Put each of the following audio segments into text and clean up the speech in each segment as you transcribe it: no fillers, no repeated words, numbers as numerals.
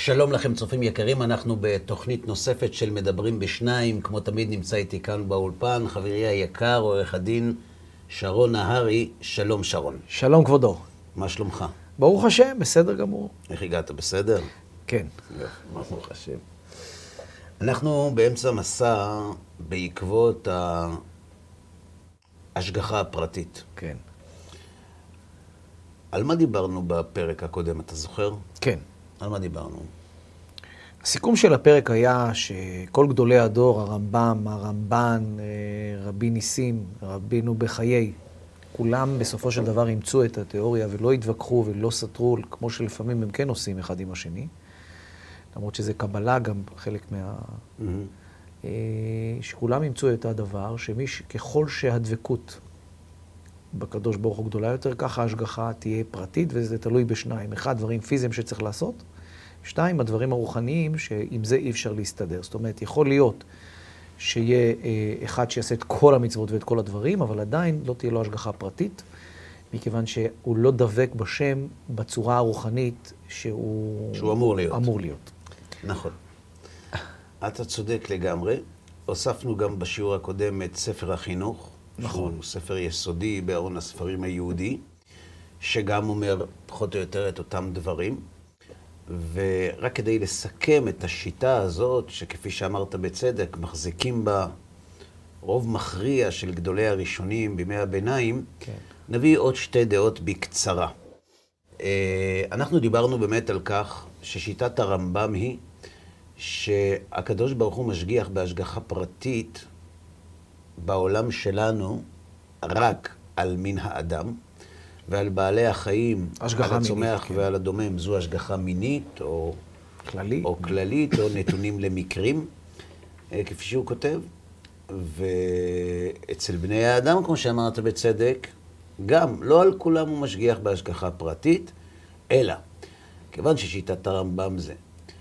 שלום לכם צופים יקרים, אנחנו בתוכנית נוספת של מדברים בשניים, כמו תמיד נמצא איתי כאן באולפן, חברי היקר, עורך הדין שרון נהרי. שלום שרון. שלום כבודו. מה שלומך? ברוך השם, בסדר גמור. איך הגעת? בסדר? כן. ברוך השם. אנחנו באמצע מסע בעקבות ההשגחה הפרטית. כן. על מה דיברנו בפרק הקודם, אתה זוכר? כן. על מה דיברנו? הסיכום של הפרק היה שכל גדולי הדור, הרמב"ם, הרמב"ן, רבי ניסים, רבינו בחיי, כולם בסופו של דבר אימצו את התיאוריה ולא התווכחו ולא סתרו, כמו שלפעמים הם כן עושים אחד עם השני. למרות שזה קבלה גם חלק שכולם אימצו את הדבר, ככל שהדבקות בקדוש ברוך הוא גדולה יותר, ככה ההשגחה תהיה פרטית, וזה תלוי בשניים. אחד, דברים פיזיים שצריך לעשות. שתיים, הדברים הרוחניים, שעם זה אי אפשר להסתדר. זאת אומרת, יכול להיות שיהיה אחד שיעשה את כל המצוות ואת כל הדברים, אבל עדיין לא תהיה לו השגחה פרטית, מכיוון שהוא לא דבק בשם בצורה הרוחנית שהוא אמור להיות. נכון. אתה צודק לגמרי. הוספנו גם בשיעור הקודם את ספר החינוך, נכון. שהוא ספר יסודי בארון הספרים היהודי, שגם אומר פחות או יותר את אותם דברים. ורק כדי לסכם את השיטה הזאת, שכפי שאמרת בצדק, מחזיקים בה רוב מכריע של גדולי הראשונים בימי הביניים, כן. נביא עוד שתי דעות בקצרה. אנחנו דיברנו באמת על כך ששיטת הרמב"ם היא שהקדוש ברוך הוא משגיח בהשגחה פרטית בעולם שלנו רק על מין האדם, ועל בעלי החיים, על הצומח כן. ועל הדומם, זו השגחה מינית או כללית, או נתונים למקרים, כפי שהוא כותב. ואצל בני האדם, כמו שאמרת בצדק, גם לא על כולם הוא משגיח בהשגחה פרטית, אלא, כיוון ששיטת הרמב"ם זה,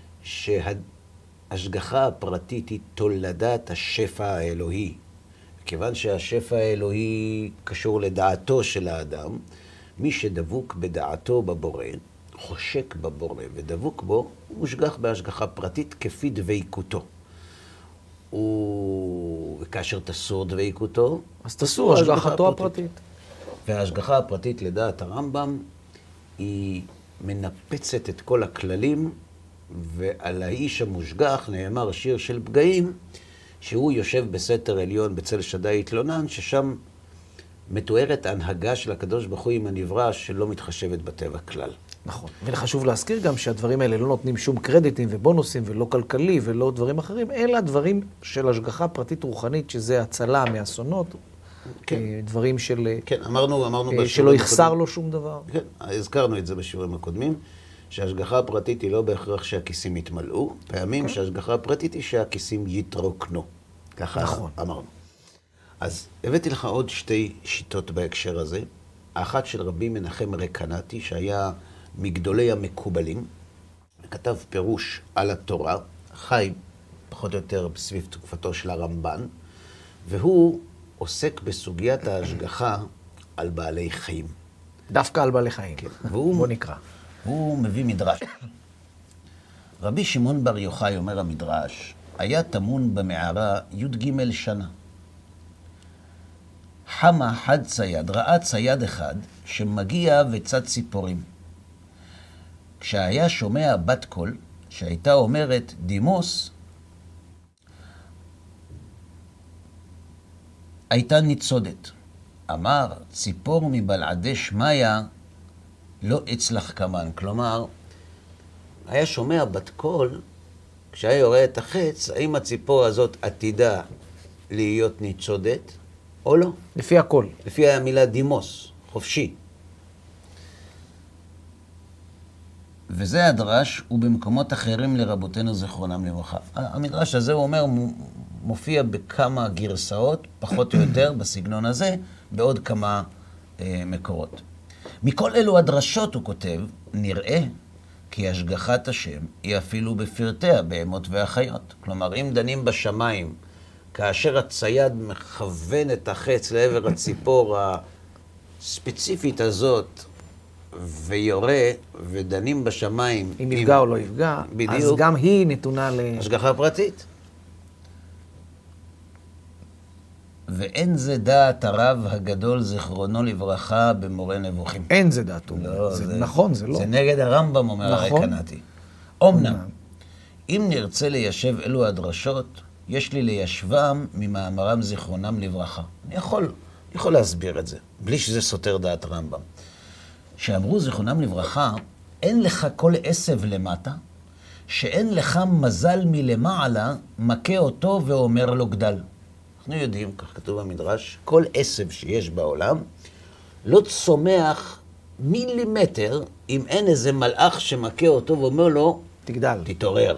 שההשגחה הפרטית היא תולדת השפע האלוהי, כיוון שהשפע האלוהי קשור לדעתו של האדם, מי שדבוק בדעתו בבורא, חושק בבורא ודבוק בו, הוא מושגח בהשגחה פרטית כפי דבקותו. וכאשר תסור דבקותו, אז תסור השגחתו הפרטית. וההשגחה הפרטית לדעת הרמב"ם היא מנפצת את כל הכללים, ועל האיש המושגח נאמר שיר של פגעים, שהוא יושב בסתר עליון בצל שדי התלונן, ששם מתוארת ההנהגה של הקדוש ברוך הוא עם הנברא שלא מתחשבת בטבע כלל. נכון. וחשוב להזכיר גם שהדברים האלה לא נותנים שום קרדיטים ובונוסים ולא כלכלי ולא דברים אחרים, אלא דברים של השגחה פרטית רוחנית, שזה הצלה מאסונות, כן. דברים של... כן, אמרנו שלא יחסר לו שום דבר. כן, הזכרנו את זה בשיעורים הקודמים, שההשגחה הפרטית היא לא בהכרח שהכיסים יתמלאו, פעמים כן. שההשגחה הפרטית היא שהכיסים יתרוקנו. ככה נכון. אמרנו. אז הבאתי לך עוד שתי שיטות בהקשר הזה. האחת של רבי מנחם רקנאטי, שהיה מגדולי המקובלים, וכתב פירוש על התורה, חי פחות או יותר בסביב תקופתו של הרמב"ן, והוא עוסק בסוגיית ההשגחה על בעלי חיים. דווקא על בעלי חיים. כן. בוא נקרא. הוא מביא מדרש. רבי שמעון בר יוחאי, אומר המדרש, היה טמון במערה י"ג שנה. חמה חד צייד, ראה צייד אחד שמגיע וצד ציפורים. כשהיה שומע בת קול, שהייתה אומרת דימוס, הייתה ניצודת. אמר, ציפור מבלעדי שמיה לא אצלח כמן. כלומר, היה שומע בת קול, כשהיה יורה את החץ, האם הציפור הזאת עתידה להיות ניצודת או לא? לפי הכל. לפי המילה דימוס, חופשי. וזה הדרש, ובמקומות אחרים לרבותינו זכרונם לברכה. המדרש הזה, הוא אומר, מופיע בכמה גרסאות, פחות או יותר בסגנון הזה, בעוד כמה מקורות. מכל אלו הדרשות, הוא כותב, נראה כי השגחת השם היא אפילו בפרטי הבהמות והחיות. כלומר, אם דנים בשמיים, כאשר הצייד מכוון את החץ לעבר הציפור הספציפית הזאת, ויורה ודנים בשמיים... אם יפגע או לא יפגע, אז גם היא נתונה השגחה פרטית. ואין זה דעת הרב הגדול זיכרונו לברכה במורה נבוכים. אין זה דעתו. לא, נכון, זה לא. זה נגד הרמב"ם, אומר הרקנתי. אומנם, אם נרצה ליישב אלו הדרשות, יש לי ליישבם ממאמרם זיכרונם לברכה. אני יכול להסביר את זה, בלי שזה סותר דעת רמב"ם. שאמרו זיכרונם לברכה, אין לך כל עשב למטה, שאין לך מזל מלמעלה, מכה אותו ואומר לו גדל. אנחנו יודעים, כך כתוב במדרש, כל עשב שיש בעולם לא צומח מילימטר אם אין איזה מלאך שמכה אותו ואומר לו, תגדל. תתעורר.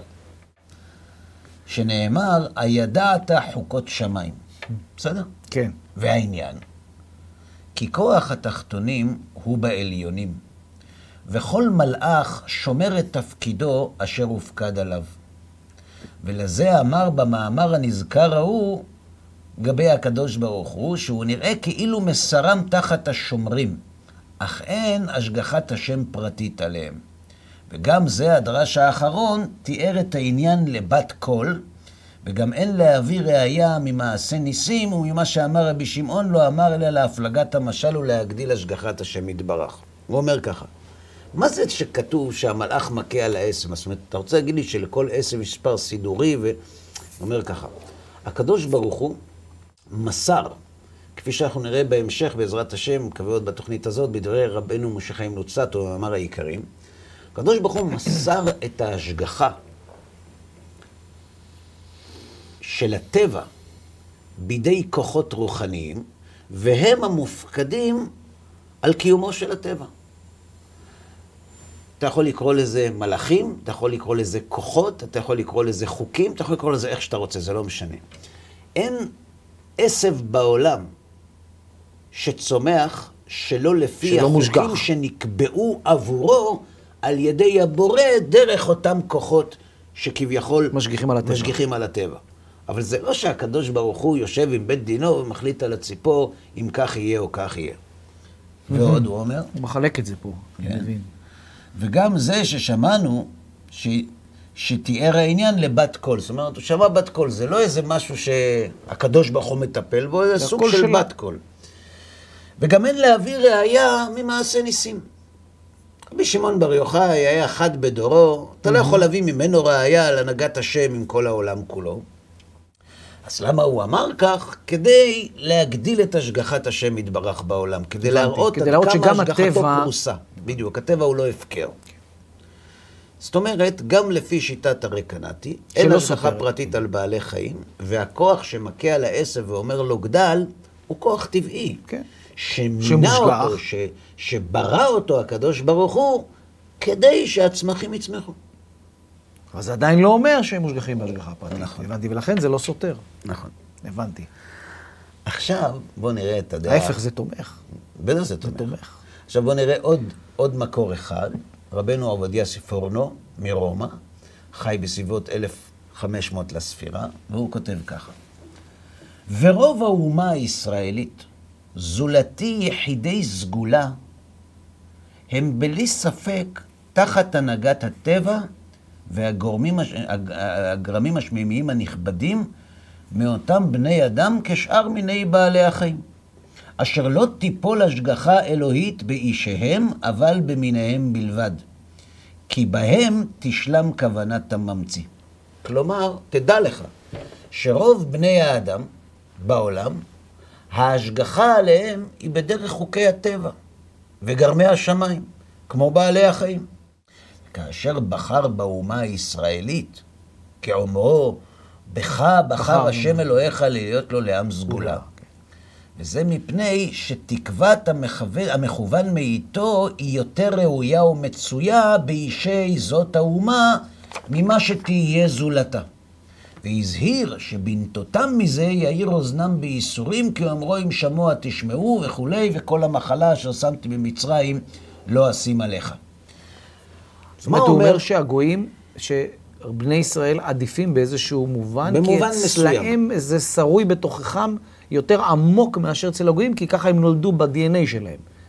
שנאמר, הידעת חוקות שמיים. בסדר? כן. והעניין, כי כוח התחתונים הוא בעליונים, וכל מלאך שומר את תפקידו אשר הופקד עליו. ולזה אמר במאמר הנזכר ההוא, גבי הקדוש ברוך הוא, שהוא נראה כאילו מסרם תחת השומרים, אך אין השגחת השם פרטית עליהם. וגם זה הדרש האחרון תיאר את העניין לבת קול, וגם אין להביא ראיה ממעשה ניסים, וממה שאמר רבי שמעון לא אמר אלא להפלגת המשל ולהגדיל השגחת השם יתברך. הוא אומר ככה, מה זה שכתוב שהמלאך מכה על העשב? זאת אומרת, אתה רוצה להגיד לי שלכל עשב יש מספר סידורי, הוא אומר ככה, הקדוש ברוך הוא מסר, כפי שאנחנו נראה בהמשך בעזרת השם, מקווה עוד בתוכנית הזאת, בדברי רבנו משה חיים לוצאטו, הוא אמר העיקרים, הקדוש ברוך הוא מסר את ההשגחה של הטבע בידי כוחות רוחניים, והם המופקדים על קיומו של הטבע. אתה יכול לקרוא לזה מלאכים, אתה יכול לקרוא לזה כוחות, אתה יכול לקרוא לזה חוקים, אתה יכול לקרוא לזה איך שאתה רוצה, זה לא משנה. אין עשב בעולם שצומח שלא לפי החוקים מושגח. שנקבעו עבורו על ידי הבורא דרך אותם כוחות שכביכול משגיחים על הטבע. אבל זה לא שהקדוש ברוך הוא יושב עם בית דינו ומחליט על הציפור אם כך יהיה או כך יהיה. ועוד הוא אומר? הוא מחלק את זה פה, אני מבין. וגם זה ששמענו שתיאר העניין לבת קול. זאת אומרת, הוא שמע בת קול, זה לא איזה משהו שהקדוש ברוך הוא מטפל בו, זה סוג של בת קול. וגם אין להביא ראיה ממעשה ניסים. רבי שמעון בר יוחאי היה אחד בדורו, אתה לא יכול להביא ממנו ראיה על הנהגת השם עם כל העולם כולו. אז למה הוא אמר כך? כדי להגדיל את השגחת השם יתברך בעולם, כדי להראות עד כמה השגחתו פרוסה. בדיוק, הטבע הוא לא הפקר. זאת אומרת, גם לפי שיטת הרקנתי, אין השגחה פרטית על בעלי חיים, והכוח שמכה על העשב ואומר לו גדל, הוא כוח טבעי. כן. שמינה אותו, שברא אותו הקדוש ברוך הוא, כדי שהצמחים יצמחו. אבל זה עדיין לא אומר שהם מושגחים בהשגחה פרטית. נכון. הבנתי, ולכן זה לא סותר. נכון. הבנתי. עכשיו, בוא נראה את הדעה. ההפך זה תומך. בטח זה תומך. עכשיו בוא נראה עוד מקור אחד. רבנו עובדיה ספורנו מרומא, חי בסביבות 1500 לספירה, והוא כותב ככה. ורוב האומה הישראלית, זולתי יחידי סגולה, הם בלי ספק תחת הנהגת הטבע והגרמים השמימיים הנכבדים מאותם בני אדם כשאר מיני בעלי החיים, אשר לא תיפול השגחה אלוהית באישיהם, אבל במיניהם בלבד, כי בהם תשלם כוונת הממציא. כלומר, תדע לך שרוב בני האדם בעולם, ההשגחה עליהם היא בדרך חוקי הטבע וגרמי השמיים, כמו בעלי החיים. כאשר בחר באומה הישראלית, כאומרו, בך בחר השם אלוהיך להיות לו לעם סגולה. וזה מפני שתקוות המכוון מאיתו היא יותר ראויה ומצויה באישי זאת האומה ממה שתהיה זולתה. והזהיר שבנתותם מזה יאיר אוזנם בייסורים, כי אמרו אם שמוע תשמעו וכולי, וכל המחלה אשר שמתי במצרים לא אשים עליך. זאת אומרת, הוא אומר שהגויים, שבני ישראל עדיפים באיזשהו מובן, במובן כי אצלהם זה שרוי בתוכחם יותר עמוק מאשר אצל הגויים, כי ככה הם נולדו ב-DNA שלהם.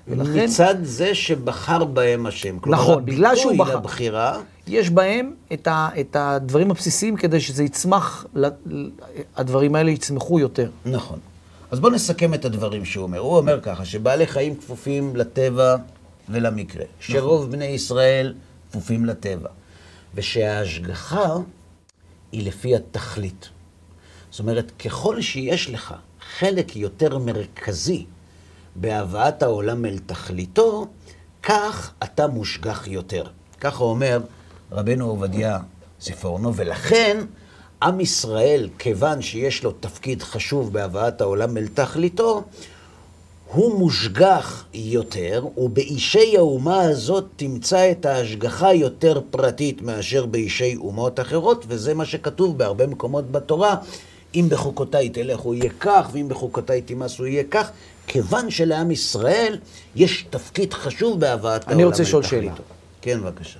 ולכן... מצד זה שבחר בהם השם. נכון, בגלל שהוא בחר. לבחירה, יש בהם את הדברים הבסיסיים כדי שזה יצמח, הדברים האלה יצמחו יותר. נכון. אז בואו נסכם את הדברים שהוא אומר. הוא אומר ככה, שבעלי חיים כפופים לטבע ולמקרה. שרוב בני ישראל כפופים לטבע. ושההשגחה היא לפי התכלית. זאת אומרת, ככל שיש לך חלק יותר מרכזי בהבאת העולם אל תכליתו, כך אתה מושגח יותר. ככה אומר רבנו עובדיה ציפורנו, ולכן עם ישראל, כיוון שיש לו תפקיד חשוב בהבאת העולם אל תכליתו, הוא מושגח יותר, ובאישי האומה הזאת תמצא את ההשגחה יותר פרטית מאשר באישי אומות אחרות, וזה מה שכתוב בהרבה מקומות בתורה, אם בחוקותיי תלכו יהיה כך, ואם בחוקותיי תימסו יהיה כך, כיוון שלעם ישראל יש תפקיד חשוב בהבאת העולם אל תכליתו. אני רוצה לשאול שאלה. כן, בבקשה.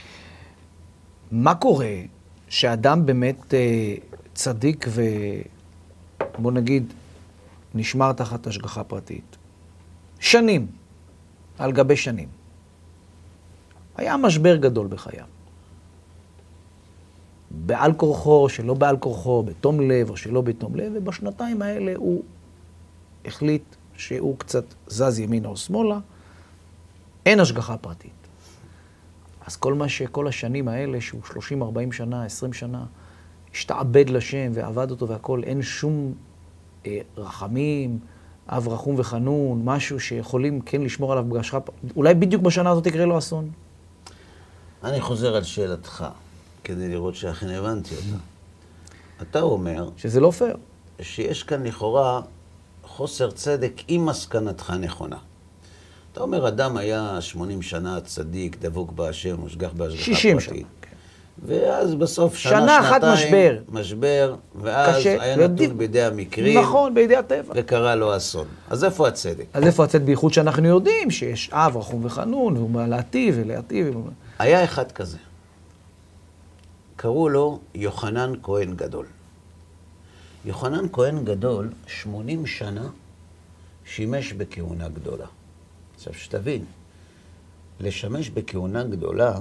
מה קורה שאדם באמת צדיק בוא נגיד, נשמר תחת השגחה פרטית? שנים, על גבי שנים. היה משבר גדול בחייו. בעל כורחו, שלא בעל כורחו, בתום לב או שלא בתום לב, ובשנתיים האלה הוא החליט שהוא קצת זז ימינה או שמאלה, אין השגחה פרטית. אז כל השנים האלה, שהוא 30, 40 שנה, 20 שנה, השתעבד לשם ועבד אותו והכל, אין שום רחמים, אב רחום וחנון, משהו שיכולים כן לשמור עליו בהשגחה פרטית. אולי בדיוק בשנה הזאת יקרה לו אסון. אני חוזר על שאלתך, כדי לראות שאכן הבנתי אותה. אתה אומר... שזה לא פייר. שיש כאן לכאורה חוסר צדק אם מסקנתך נכונה. אתה אומר, אדם היה 80 שנה צדיק, דבוק בהשם, מושגח בהשגחה פרטית. 60 שנה. ואז בסוף שנה אחת משבר. משבר, ואז קשה, היה נתון בידי המקרים. נכון, בידי הטבע. וקרה לו אסון. אז איפה הצדק? אז איפה הצדק? בייחוד שאנחנו יודעים שיש אב רחום וחנון, והוא בא להטיב ולהטיב. היה אחד כזה. קראו לו יוחנן כהן גדול. יוחנן כהן גדול, 80 שנה, שימש בכהונה גדולה. עכשיו שתבין, לשמש בכהונה גדולה,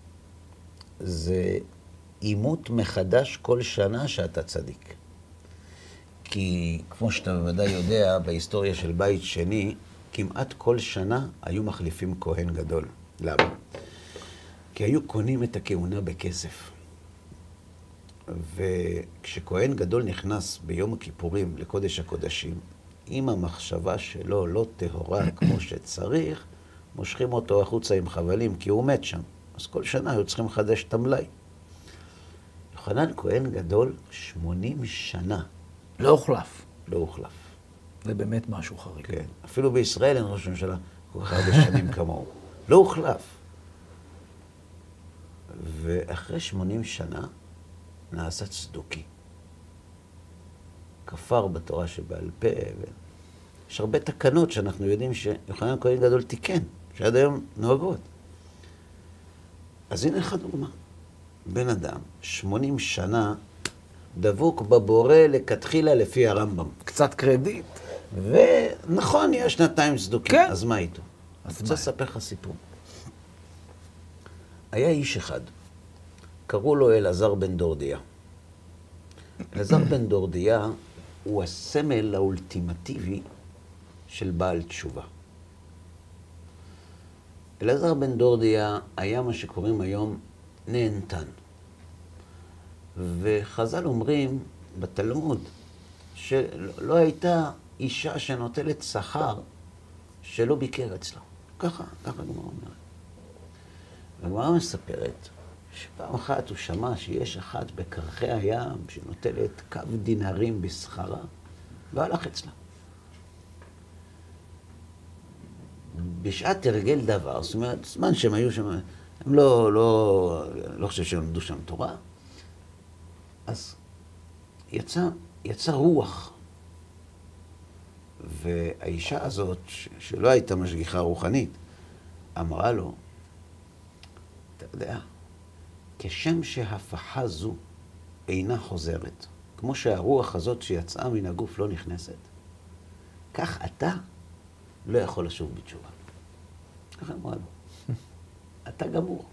זה אימות מחדש כל שנה שאתה צדיק. כי כמו שאתה בוודאי יודע, בהיסטוריה של בית שני, כמעט כל שנה היו מחליפים כהן גדול. למה? כי היו קונים את הכהונה בכסף. וכשכהן גדול נכנס ביום הכיפורים לקודש הקודשים, אם המחשבה שלו לא טהורה כמו שצריך, מושכים אותו החוצה עם חבלים, כי הוא מת שם. אז כל שנה היו צריכים לחדש את המלאי. יוחנן כהן גדול, 80 שנה. לא הוחלף. לא הוחלף. זה באמת משהו חריג. כן. אפילו בישראל אין ראש ממשלה כל כך הרבה שנים כמוהו. לא הוחלף. ואחרי 80 שנה נעשה צדוקי. כפר בתורה שבעל פה. יש הרבה תקנות שאנחנו יודעים שיוחנן כהן גדול תיקן, שעד היום נוהגות. אז הנה לך דוגמה. בן אדם, 80 שנה, דבוק בבורא לכתחילה לפי הרמב"ם. קצת קרדיט. ונכון, יש שנתיים צדוקים. כן. אז מה איתו? אז רוצה לספר לך סיפור. היה איש אחד, קראו לו אלעזר בן דורדיה. אלעזר בן דורדיה הוא הסמל האולטימטיבי של בעל תשובה. אלעזר בן דורדיה היה מה שקוראים היום נהנתן. וחז"ל אומרים בתלמוד שלא הייתה אישה שנוטלת שכר שלא ביקר אצלה. ככה הגמרא אומרת. הגמרא מספרת שפעם אחת הוא שמע שיש אחת בקרחי הים שנוטלת כמה דינרים בשכרה, והלך אצלה. בשעת הרגל דבר, זאת אומרת, זמן שהם היו שם, הם לא חושב שהם למדו שם תורה, אז יצא רוח. והאישה הזאת, שלא הייתה משגיחה רוחנית, אמרה לו, אתה יודע, כשם שהפכה זו אינה חוזרת, כמו שהרוח הזאת שיצאה מן הגוף לא נכנסת, כך אתה לא יכול לשוב בתשובה. ככה אמרה לו, אתה גמור.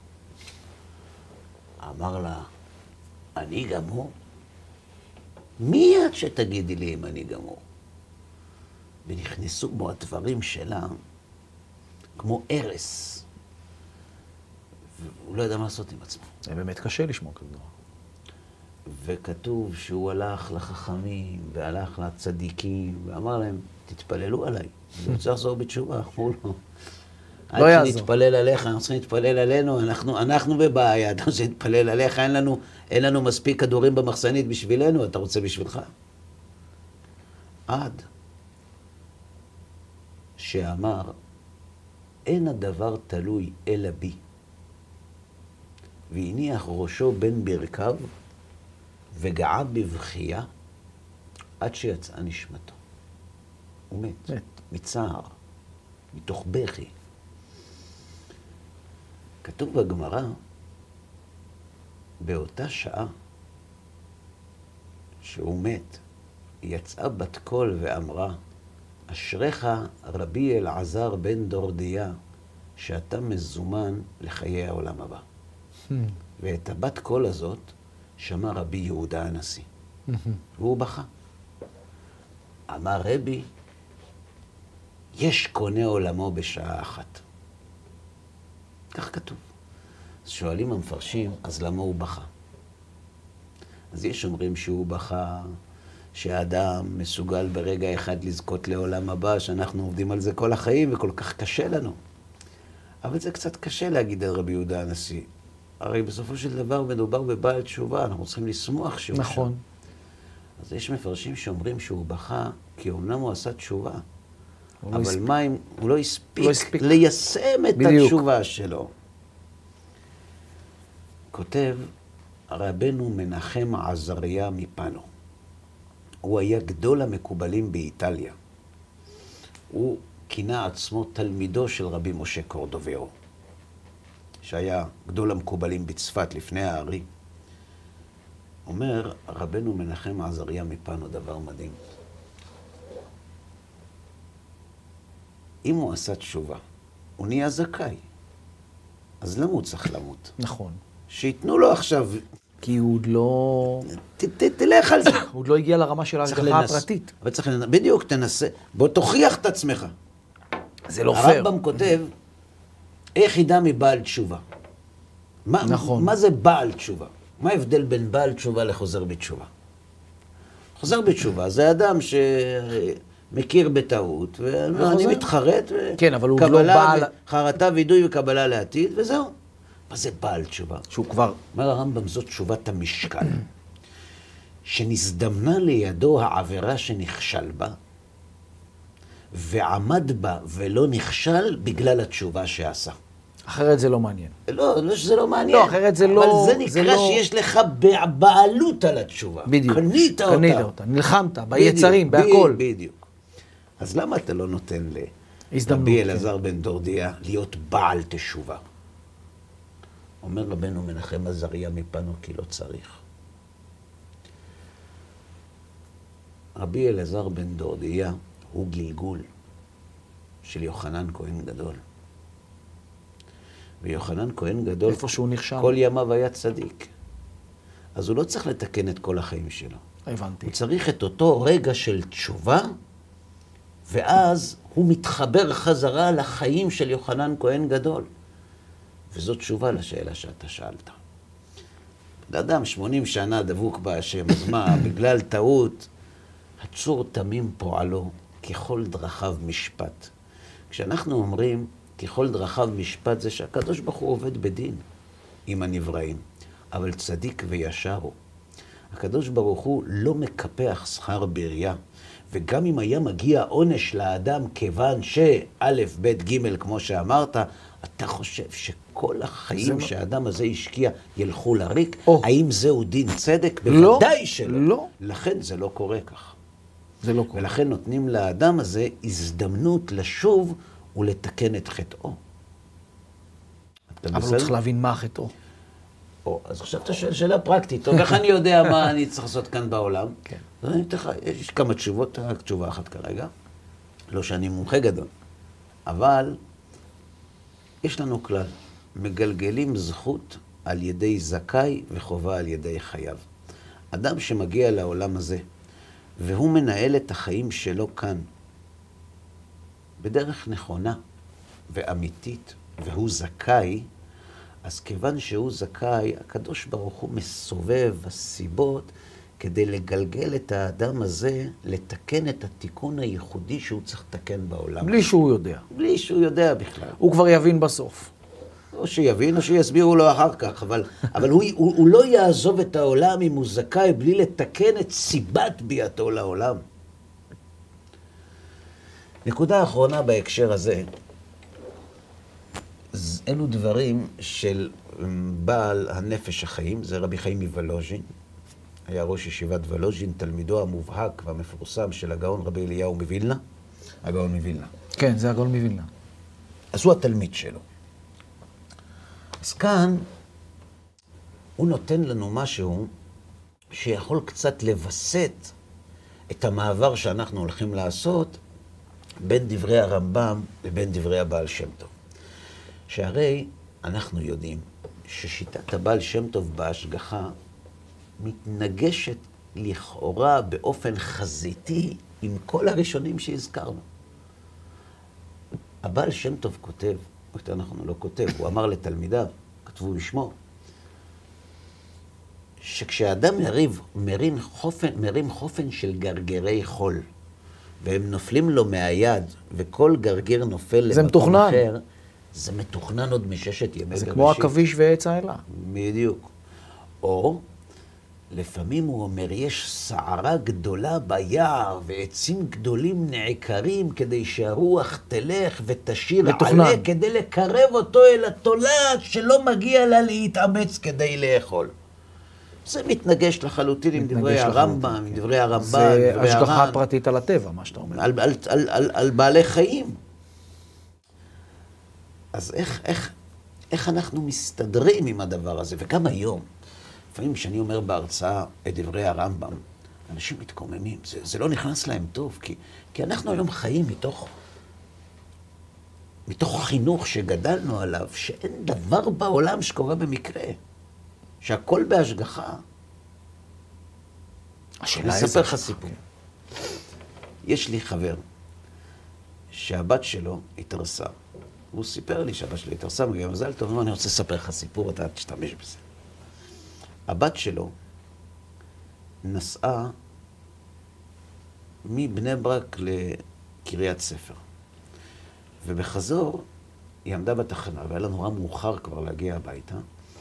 אמר לה, אני גמור? מי את שתגידי לי אם אני גמור? ונכנסו בו הדברים שלה כמו ארס. והוא לא ידע מה לעשות עם עצמו. זה באמת קשה לשמוע כזה דבר. וכתוב שהוא הלך לחכמים והלך לצדיקים ואמר להם, תתפללו עליי. אני רוצה לחזור בתשובה. אמרו לו, לא יעזור. עד שנתפלל עליך, אנחנו צריכים להתפלל עלינו, אנחנו בבעיה, אתה רוצה להתפלל עליך, אין לנו מספיק כדורים במחסנית בשבילנו, אתה רוצה בשבילך. עד שאמר, אין הדבר תלוי אלא בי. והניח ראשו בין ברכיו וגעה בבכייה עד שיצאה נשמתו. הוא מת. מצער, מתוך בכי. כתוב בגמרא, באותה שעה שהוא מת, יצאה בת קול ואמרה, אשריך רבי אלעזר בן דורדיה, שאתה מזומן לחיי העולם הבא. ואת הבת קול הזאת שמע רבי יהודה הנשיא. והוא בכה. אמר רבי, יש קונה עולמו בשעה אחת. כך כתוב. אז שואלים המפרשים, אז למה הוא בכה? אז יש אומרים שהוא בכה, שהאדם מסוגל ברגע אחד לזכות לעולם הבא, שאנחנו עובדים על זה כל החיים וכל כך קשה לנו. אבל זה קצת קשה להגיד על רבי יהודה הנשיא. הרי בסופו של דבר מדובר בבעל תשובה, אנחנו צריכים לשמוח שהוא שם. נכון. אז יש מפרשים שאומרים שהוא בכה, כי אומנם הוא עשה תשובה, אבל מה אם הוא לא הספיק ליישם את התשובה שלו? כותב רבנו מנחם עזריה מפנו. הוא היה גדול המקובלים באיטליה. הוא כינה עצמו תלמידו של רבי משה קורדוברו, שהיה גדול המקובלים בצפת לפני הארי. אומר רבנו מנחם עזריה מפנו דבר מדהים. אם הוא עשה תשובה, הוא נהיה זכאי. אז למה הוא צריך למות? נכון. שיתנו לו עכשיו... כי הוא עוד לא... תלך על זה. הוא עוד לא הגיע לרמה של ההשגחה הפרטית. אבל צריך לנסות. בדיוק, תנסה. בוא תוכיח את עצמך. זה לא פייר. הרמב"ם כותב, איך ידע מבעל תשובה? נכון. מה זה בעל תשובה? מה ההבדל בין בעל תשובה לחוזר בתשובה? חוזר בתשובה זה אדם שמכיר בטעות, ואני מתחרט, כן, אבל הוא לא בעל... חרטה וידוי וקבלה לעתיד, וזהו. מה זה בעל תשובה? שהוא כבר... אומר הרמב"ם, זאת תשובת המשקל. שנזדמנה לידו העבירה שנכשל בה, ועמד בה ולא נכשל בגלל התשובה שעשה. אחרת זה לא מעניין. לא שזה לא מעניין. לא, אחרת זה לא... אבל זה נקרא שיש לך בעלות על התשובה. בדיוק. קנית אותה. נלחמת, ביצרים, בהכל. בדיוק. אז למה אתה לא נותן הזדמנות, לרבי אלעזר בן דורדיה להיות בעל תשובה? אומר רבנו מנחם עזריה מפנו כי לא צריך. רבי אלעזר בן דורדיה הוא גלגול של יוחנן כהן גדול. ויוחנן כהן גדול, איפה שהוא נכשל. כל ימיו היה צדיק. אז הוא לא צריך לתקן את כל החיים שלו. הבנתי. הוא צריך את אותו רגע של תשובה, ואז הוא מתחבר חזרה לחיים של יוחנן כהן גדול. וזאת תשובה לשאלה שאתה שאלת. אדם 80 שנה דבוק בהשם, אז מה, בגלל טעות, הצור תמים פועלו ככל דרכיו משפט. כשאנחנו אומרים ככל דרכיו משפט, זה שהקדוש ברוך הוא עובד בדין עם הנבראים, אבל צדיק וישר הוא. הקדוש ברוך הוא לא מקפח שכר בריאה, וגם אם היה מגיע עונש לאדם כיוון שא' ב' ג' כמו שאמרת, אתה חושב שכל החיים שהאדם הזה השקיע ילכו לריק? האם זהו דין צדק? בוודאי שלא. לא. לכן זה לא קורה כך. זה לא קורה. ולכן נותנים לאדם הזה הזדמנות לשוב ולתקן את חטאו. אבל הוא צריך להבין מה חטאו. אז עכשיו אתה שואל שאלה פרקטית, טוב, איך אני יודע מה אני צריך לעשות כאן בעולם? כן. יש כמה תשובות, רק תשובה אחת כרגע. לא שאני מומחה גדול. אבל יש לנו כלל, מגלגלים זכות על ידי זכאי וחובה על ידי חייו. אדם שמגיע לעולם הזה, והוא מנהל את החיים שלו כאן, בדרך נכונה ואמיתית, והוא זכאי, אז כיוון שהוא זכאי, הקדוש ברוך הוא מסובב הסיבות כדי לגלגל את האדם הזה, לתקן את התיקון הייחודי שהוא צריך לתקן בעולם. בלי שהוא יודע. בלי שהוא יודע בכלל. הוא כבר יבין בסוף. או שיבין או שיסבירו לו אחר כך, אבל הוא לא יעזוב את העולם אם הוא זכאי בלי לתקן את סיבת ביאתו לעולם. נקודה אחרונה בהקשר הזה, אלו דברים של בעל הנפש החיים, זה רבי חיים מוולוז'ין, היה ראש ישיבת וולוז'ין, תלמידו המובהק והמפורסם של הגאון רבי אליהו מווילנה, הגאון מווילנה. כן, זה הגאון מווילנה. אז הוא התלמיד שלו. אז כאן הוא נותן לנו משהו שיכול קצת לבסט את המעבר שאנחנו הולכים לעשות בין דברי הרמב"ם לבין דברי הבעל שם טוב. שהרי אנחנו יודעים ששיטת הבעל שם טוב בהשגחה מתנגשת לכאורה באופן חזיתי עם כל הראשונים שהזכרנו. הבעל שם טוב כותב, או יותר אנחנו לא כותב, הוא אמר לתלמידיו, כתבו בשמו, שכשאדם מרים חופן של גרגרי חול, והם נופלים לו מהיד, וכל גרגר נופל למקום אחר, זה מתוכנן עוד מששת ימי בראשית. זה כמו עכביש ועץ האלה. בדיוק. או, לפעמים הוא אומר, יש סערה גדולה ביער, ועצים גדולים נעקרים, כדי שהרוח תלך ותשיר עלה, כדי לקרב אותו אל התולעת, שלא מגיע לה להתאמץ כדי לאכול. זה מתנגש לחלוטין עם דברי הרמב"ם, עם דברי הרמב"ן, זה השגחה פרטית על הטבע, מה שאתה אומר. על בעלי חיים. אז איך אנחנו מסתדרים עם הדבר הזה? וגם היום, לפעמים כשאני אומר בהרצאה את דברי הרמב"ם, אנשים מתקוממים, זה לא נכנס להם טוב, כי אנחנו היום חיים מתוך חינוך שגדלנו עליו, שאין דבר בעולם שקורה במקרה, שהכל בהשגחה. אני אספר לך סיפור. יש לי חבר שהבת שלו התארסה. הוא סיפר לי שהבת שלו התארסה, מגיע מזל טוב, אני רוצה לספר לך סיפור, אתה תשתמש בזה. הבת שלו נסעה מבני ברק לקריית ספר. ובחזור היא עמדה בתחנה, והיה לה נורא מאוחר כבר להגיע הביתה.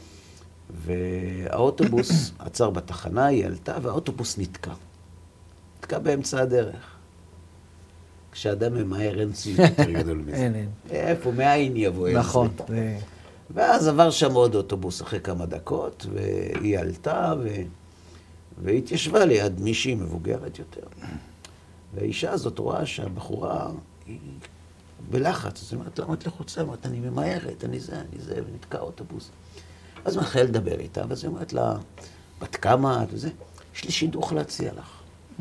והאוטובוס עצר בתחנה, היא עלתה, והאוטובוס נתקע. נתקע באמצע הדרך. כשאדם ממהר אין ציוד יותר גדול מזה. אין. איפה, מאין יבוא את זה? נכון. ואז עבר שם עוד אוטובוס אחרי כמה דקות, והיא עלתה, והתיישבה ליד מישהי מבוגרת יותר. והאישה הזאת רואה שהבחורה היא בלחץ. אז היא אומרת, למה את לחוצה? אומרת, אני ממהרת, אני זה, ונתקע אוטובוס. אז הוא מתחיל לדבר איתה, ואז היא אומרת לה, בת כמה את וזה? יש לי שידוך להציע לך.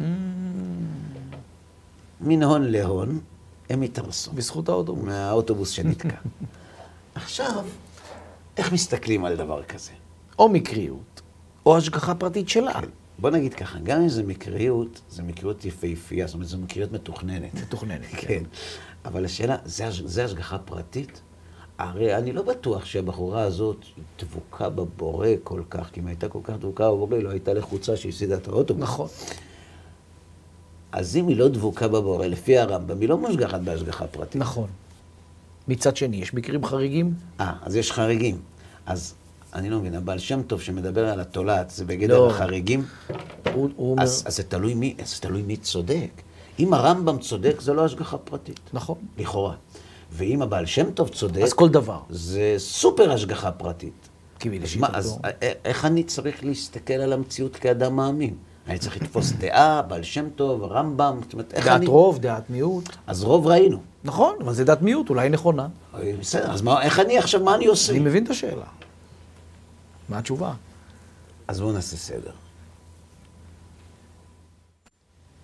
מן הון להון, הם התארסו. בזכות האוטובוס. מהאוטובוס שנתקע. עכשיו, איך מסתכלים על דבר כזה? או מקריות, או השגחה פרטית שלה. כן. בוא נגיד ככה, גם אם זה מקריות, זה מקריות יפהפייה, זאת אומרת, זו מקריות מתוכננת. מתוכננת, כן. אבל השאלה, זה השגחה פרטית? הרי אני לא בטוח שהבחורה הזאת דבוקה בבורא כל כך, כי אם הייתה כל כך דבוקה בבורא, לא הייתה לחוצה שהפסידה את האוטובוס. נכון. אז אם היא לא דבוקה בבורא, לפי הרמב"ם, היא לא משגחת בהשגחה פרטית. נכון. מצד שני, יש מקרים חריגים? אז יש חריגים. אז אני לא מבין, הבעל שם טוב שמדבר על התולעת, זה בגדר החריגים? אז זה תלוי מי צודק. אם הרמב"ם צודק, זה לא השגחה פרטית. נכון. לכאורה. ואם הבעל שם טוב צודק, אז כל דבר. זה סופר השגחה פרטית. אז איך אני צריך להסתכל על המציאות כאדם מאמין? אני צריך לתפוס דעה, בעל שם טוב, רמב"ם, דעת רוב, דעת מיעוט. אז רוב ראינו. נכון, אבל זה דעת מיעוט, אולי נכונה. בסדר, אז איך אני עכשיו, מה אני עושה? אני מבין את השאלה. מה התשובה? אז בואו נעשה סדר.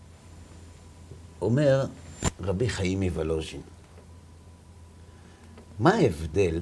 אומר רבי חיים מוולוז'ין, מה ההבדל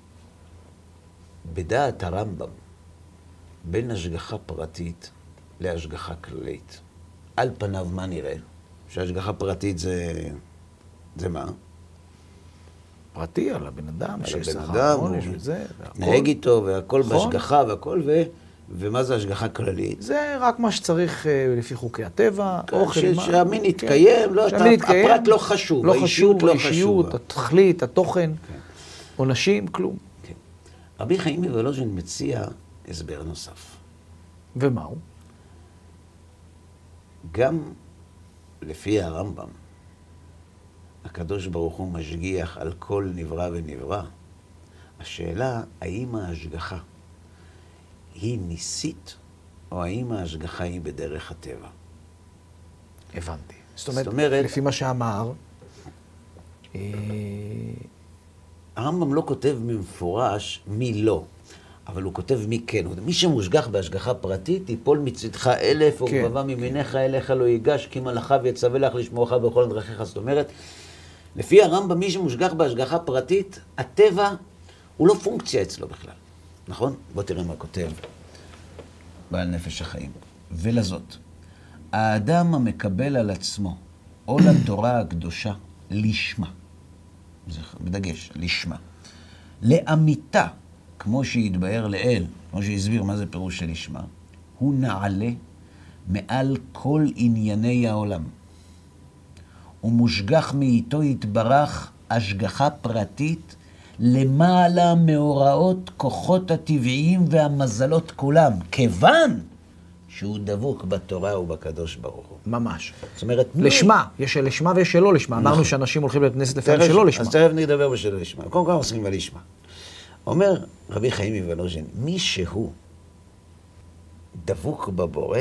בדעת הרמב"ם בין השגחה פרטית להשגחה כללית? על פניו מה נראה? שהשגחה פרטית זה מה? פרטי על הבן אדם, שיש הבן שכר אדם, עונש הוא וזה, נהג איתו והכל נכון. בהשגחה והכל, ומה זה השגחה כללית? זה רק מה שצריך לפי חוקי הטבע, אוכל, שהמין יתקיים, לא, הפרט לא חשוב, האישיות לא חשובה. התכלית, התוכן, עונשים, כלום. רבי חיים מוולוז'ין מציע הסבר נוסף. ומהו? גם לפי הרמב"ם, הקדוש ברוך הוא משגיח על כל נברא ונברא. השאלה, האם ההשגחה היא ניסית, או האם ההשגחה היא בדרך הטבע? הבנתי. זאת אומרת, לפי מה שאמר, הרמב"ם לא כותב במפורש מי לא, אבל הוא כותב מי כן. מי שמושגח בהשגחה פרטית, יפול מצדך 1000, ובבא ממינך אליך לא ייגש, כי מלאכיו יצווה לך לשמורך בכל דרכיך. זאת אומרת, לפי הרמב"ם, מי שמושגח בהשגחה פרטית, הטבע הוא לא פונקציה אצלו בכלל. נכון? בוא תראה מה כותב בעל נפש החיים. ולזאת, האדם המקבל על עצמו עול התורה הקדושה לשמה, זה בדגש, לשמה, לאמיתה, כמו שהתבאר לאל, כמו שהסביר מה זה פירוש של לשמה, הוא נעלה מעל כל ענייני העולם. הוא מושגח מאיתו יתברך השגחה פרטית למעלה מאורעות כוחות הטבעיים והמזלות כולם, כיוון שהוא דבוק בתורה ובקדוש ברוך הוא. ממש. זאת אומרת, לשמה, יש של לשמה ויש שלא לשמה. אמרנו שאנשים הולכים לבית כנסת לפעמים שלא לשמה. אז תכף נדבר בשלא לשמה. קודם כל עושים בלשמה. אומר רבי חיים מוולוז'ין, מי שהוא דבוק בבורא,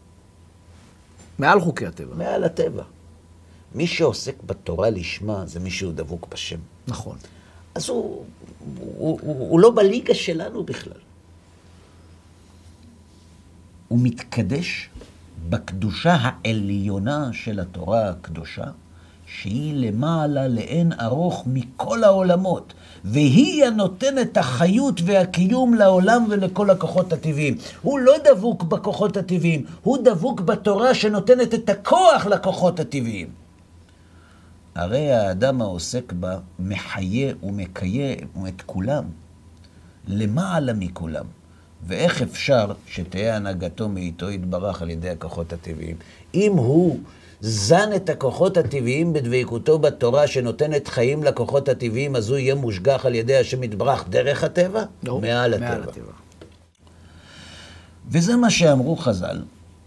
מעל חוקי הטבע. מעל הטבע. מי שעוסק בתורה לשמה זה מי שהוא דבוק בשם. נכון. אז הוא לא בליגה שלנו בכלל. הוא מתקדש בקדושה העליונה של התורה הקדושה, שהיא למעלה לאין ארוך מכל העולמות, והיא הנותנת החיות והקיום לעולם ולכל הכוחות הטבעיים. הוא לא דבוק בכוחות הטבעיים, הוא דבוק בתורה שנותנת את הכוח לכוחות הטבעיים. הרי האדם העוסק בה מחיה ומקיים את כולם, למעלה מכולם. ואיך אפשר שתהיה הנהגתו מאיתו יתברך על ידי הכוחות הטבעיים? אם הוא זן את הכוחות הטבעיים בדבקותו בתורה שנותנת חיים לכוחות הטבעיים, אז הוא יהיה מושגח על ידי השם יתברך דרך הטבע? לא, מעל הטבע. וזה מה שאמרו חז"ל.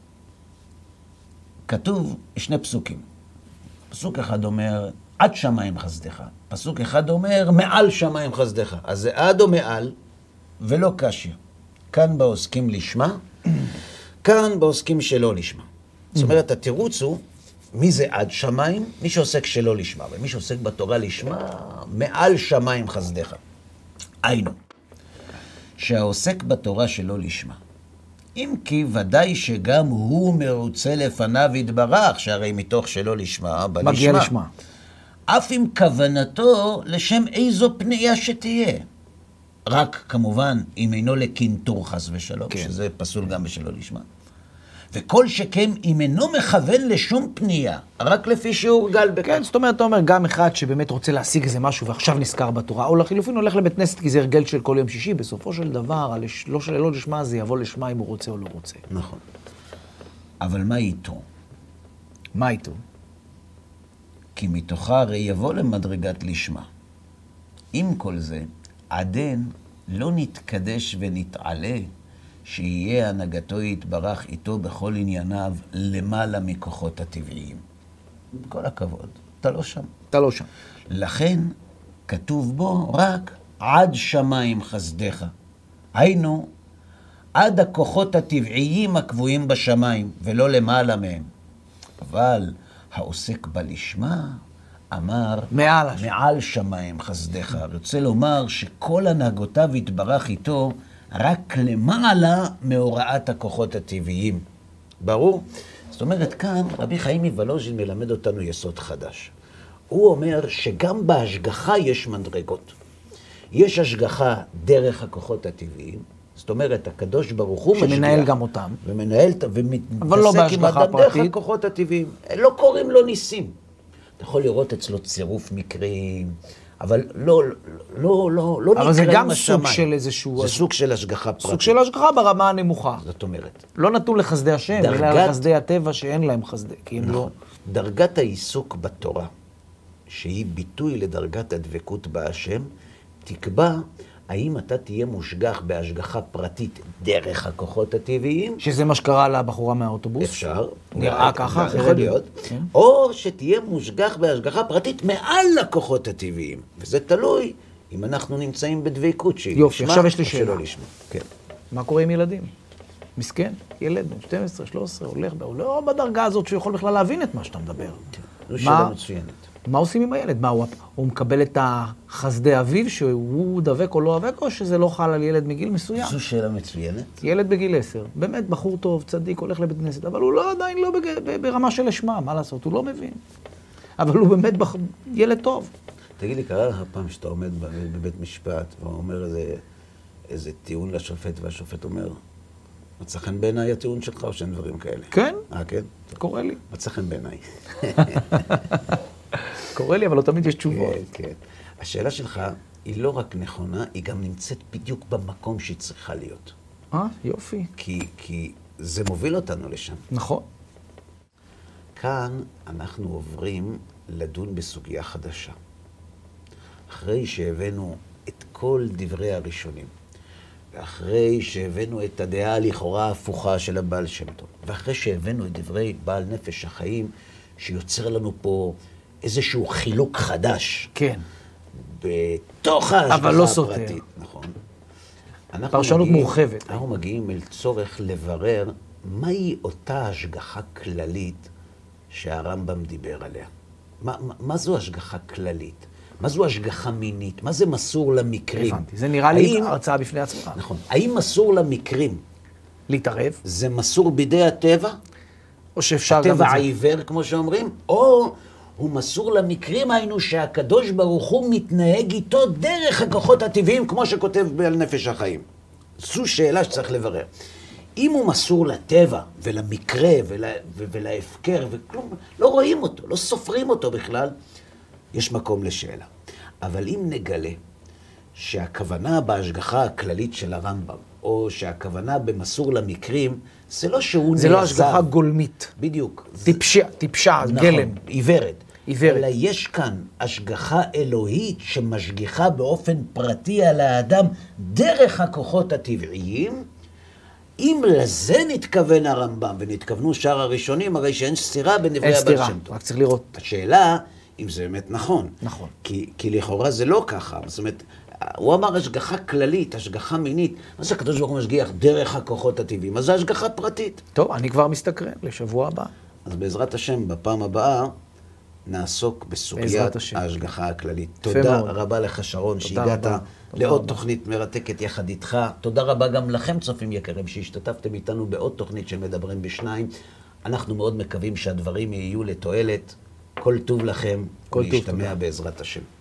כתוב שני פסוקים. פסוק אחד אומר, עד שמיים חסדך. פסוק אחד אומר, מעל שמיים חסדך. אז זה עד או מעל, ולא קשיא. כאן בעוסקים לשמה, כאן בעוסקים שלא לשמה. זאת אומרת, התירוץ הוא, מי זה עד שמיים? מי שעוסק שלא לשמה. ומי שעוסק בתורה לשמה, מעל שמיים חסדך. היינו, שהעוסק בתורה שלא לשמה. אם כי ודאי שגם הוא מרוצה לפניו יתברך, שהרי מתוך שלא לשמה, בלשמה. מגיע לשמה. אף עם כוונתו לשם איזו פנייה שתהיה. רק כמובן אם אינו לקינטור חס ושלום, כן. שזה פסול גם בשלא לשמה. וכל שכן אם אינו מכוון לשום פנייה, רק לפי שהורגל בכך. כן, זאת אומרת, אתה אומר, גם אחד שבאמת רוצה להשיג איזה משהו ועכשיו נזכר בתורה, או לחילופין הולך לבית כנסת כי זה הרגל של כל יום שישי, בסופו של דבר, לא של לא לשמה, זה יבוא לשמה אם הוא רוצה או לא רוצה. נכון. אבל מה איתו? מה איתו? כי מתוכה הרי יבוא למדרגת לשמה. עם כל זה, עדן לא נתקדש ונתעלה, שיהיה הנהגתו יתברך איתו בכל ענייניו למעלה מכוחות הטבעיים. כל הכבוד, אתה לא שם. אתה לא שם. לכן כתוב בו רק עד שמיים חסדך. היינו, עד הכוחות הטבעיים הקבועים בשמיים, ולא למעלה מהם. אבל העוסק בלשמה אמר, מעל שמיים חסדך. רוצה לומר שכל הנהגותיו יתברך איתו רק למעלה מהוראת הכוחות הטבעיים. ברור? זאת אומרת, כאן רבי חיים מוולוז'ין מלמד אותנו יסוד חדש. הוא אומר שגם בהשגחה יש מדרגות. יש השגחה דרך הכוחות הטבעיים, זאת אומרת, הקדוש ברוך הוא משגיח. שמנהל גם אותם. ומנהל ומתעסק עם אדם דרך הכוחות הטבעיים. לא קוראים לו ניסים. אתה יכול לראות אצלו צירוף מקרים, אבל לא נקראים השמיים. אבל זה גם סוג של איזשהו... זה סוג של השגחה פרטית. סוג של השגחה ברמה הנמוכה. זאת אומרת. לא נתון לחסדי השם, אלא לחסדי הטבע שאין להם חסדי, כי הם לא... דרגת העיסוק בתורה, שהיא ביטוי לדרגת הדבקות בהשם, תקבע האם אתה תהיה מושגח בהשגחה פרטית דרך הכוחות הטבעיים. שזה מה שקרה לבחורה מהאוטובוס. אפשר. נראה ככה. יכול להיות. או שתהיה מושגח בהשגחה פרטית מעל הכוחות הטבעיים. וזה תלוי אם אנחנו נמצאים בדבקות שהיא יופי, עכשיו יש לי שאלה. שלא לשמה. כן. מה קורה עם ילדים? מסכן, ילד בן 12, 13, הולך, הוא לא בדרגה הזאת שהוא יכול בכלל להבין את מה שאתה מדבר. זו שאלה מצוינת. מה עושים עם הילד? מה, הוא מקבל את החסדי אביו שהוא דבק או לא דבק, או שזה לא חל על ילד מגיל מסוים? זו שאלה מצוינת. ילד בגיל 10, באמת בחור טוב, צדיק, הולך לבית כנסת, אבל הוא לא עדיין לא ברמה של לשמה, מה לעשות? הוא לא מבין. אבל הוא באמת ילד טוב. תגיד לי, קרה לך פעם שאתה עומד בבית משפט ואומר איזה טיעון לשופט, והשופט אומר, מצא חן בעיניי הטיעון שלך או שאין דברים כאלה? כן. כן? קורה לי. מצא חן בעיניי. קורה לי, אבל לא תמיד יש תשובות. כן. השאלה שלך היא לא רק נכונה, היא גם נמצאת בדיוק במקום שהיא צריכה להיות. יופי. כי זה מוביל אותנו לשם. נכון. כאן אנחנו עוברים לדון בסוגיה חדשה. אחרי שהבאנו את כל דברי הראשונים, ואחרי שהבאנו את הדעה לכאורה ההפוכה של הבעל שם טוב, ואחרי שהבאנו את דברי בעל נפש החיים, שיוצר לנו פה איזשהו חילוק חדש. כן. בתוך ההשגחה אבל לא הפרטית. סותר. נכון. פרשנות מורחבת. אנחנו מגיעים אל צורך לברר מהי אותה השגחה כללית שהרמב"ם דיבר עליה. מה זו השגחה כללית? מה זו השגחה מינית? מה זה מסור למקרים? הבנתי. זה נראה לי הרצאה בפני עצמה. נכון. האם מסור למקרים? להתערב. זה מסור בידי הטבע? או שאפשר גם את הטבע זה. העיוור, כמו שאומרים? או הוא מסור למקרים, היינו שהקדוש ברוך הוא מתנהג איתו דרך הכוחות הטבעיים, כמו שכותב בעל נפש החיים. זו שאלה שצריך לברר. אם הוא מסור לטבע ולמקרה ולהפקר וכלום, לא רואים אותו, לא סופרים אותו בכלל, יש מקום לשאלה. אבל אם נגלה שהכוונה בהשגחה הכללית של הרמב"ם, או שהכוונה במסור למקרים, זה לא שהוא נעזב. זה לא השגחה גולמית. בדיוק. טיפשה, נכון, גלם. עיוורת. עיוורת. אלא יש כאן השגחה אלוהית שמשגיחה באופן פרטי על האדם דרך הכוחות הטבעיים. אם לזה נתכוון הרמב"ם, ונתכוונו שאר הראשונים, הרי שאין סתירה בין דברי הבעל שם טוב. רק צריך לראות. השאלה, אם זה באמת נכון. נכון. כי לכאורה זה לא ככה. זאת אומרת, הוא אמר השגחה כללית, השגחה מינית. מה זה הקדוש ברוך הוא משגיח דרך הכוחות הטבעיים? אז זה השגחה פרטית. טוב, אני כבר מסתקרן לשבוע הבא. אז בעזרת השם, בפעם הבאה, נעסוק בסוגיית ההשגחה הכללית. תודה רבה לך, שרון, שהגעת לעוד תוכנית מרתקת יחד איתך. תודה רבה גם לכם, צופים יקרים, שהשתתפתם איתנו בעוד תוכנית של מדברים בשניים. אנחנו מאוד מקווים שהדברים יהיו לתועלת. כל טוב לכם, ולהשתמע בעזרת השם.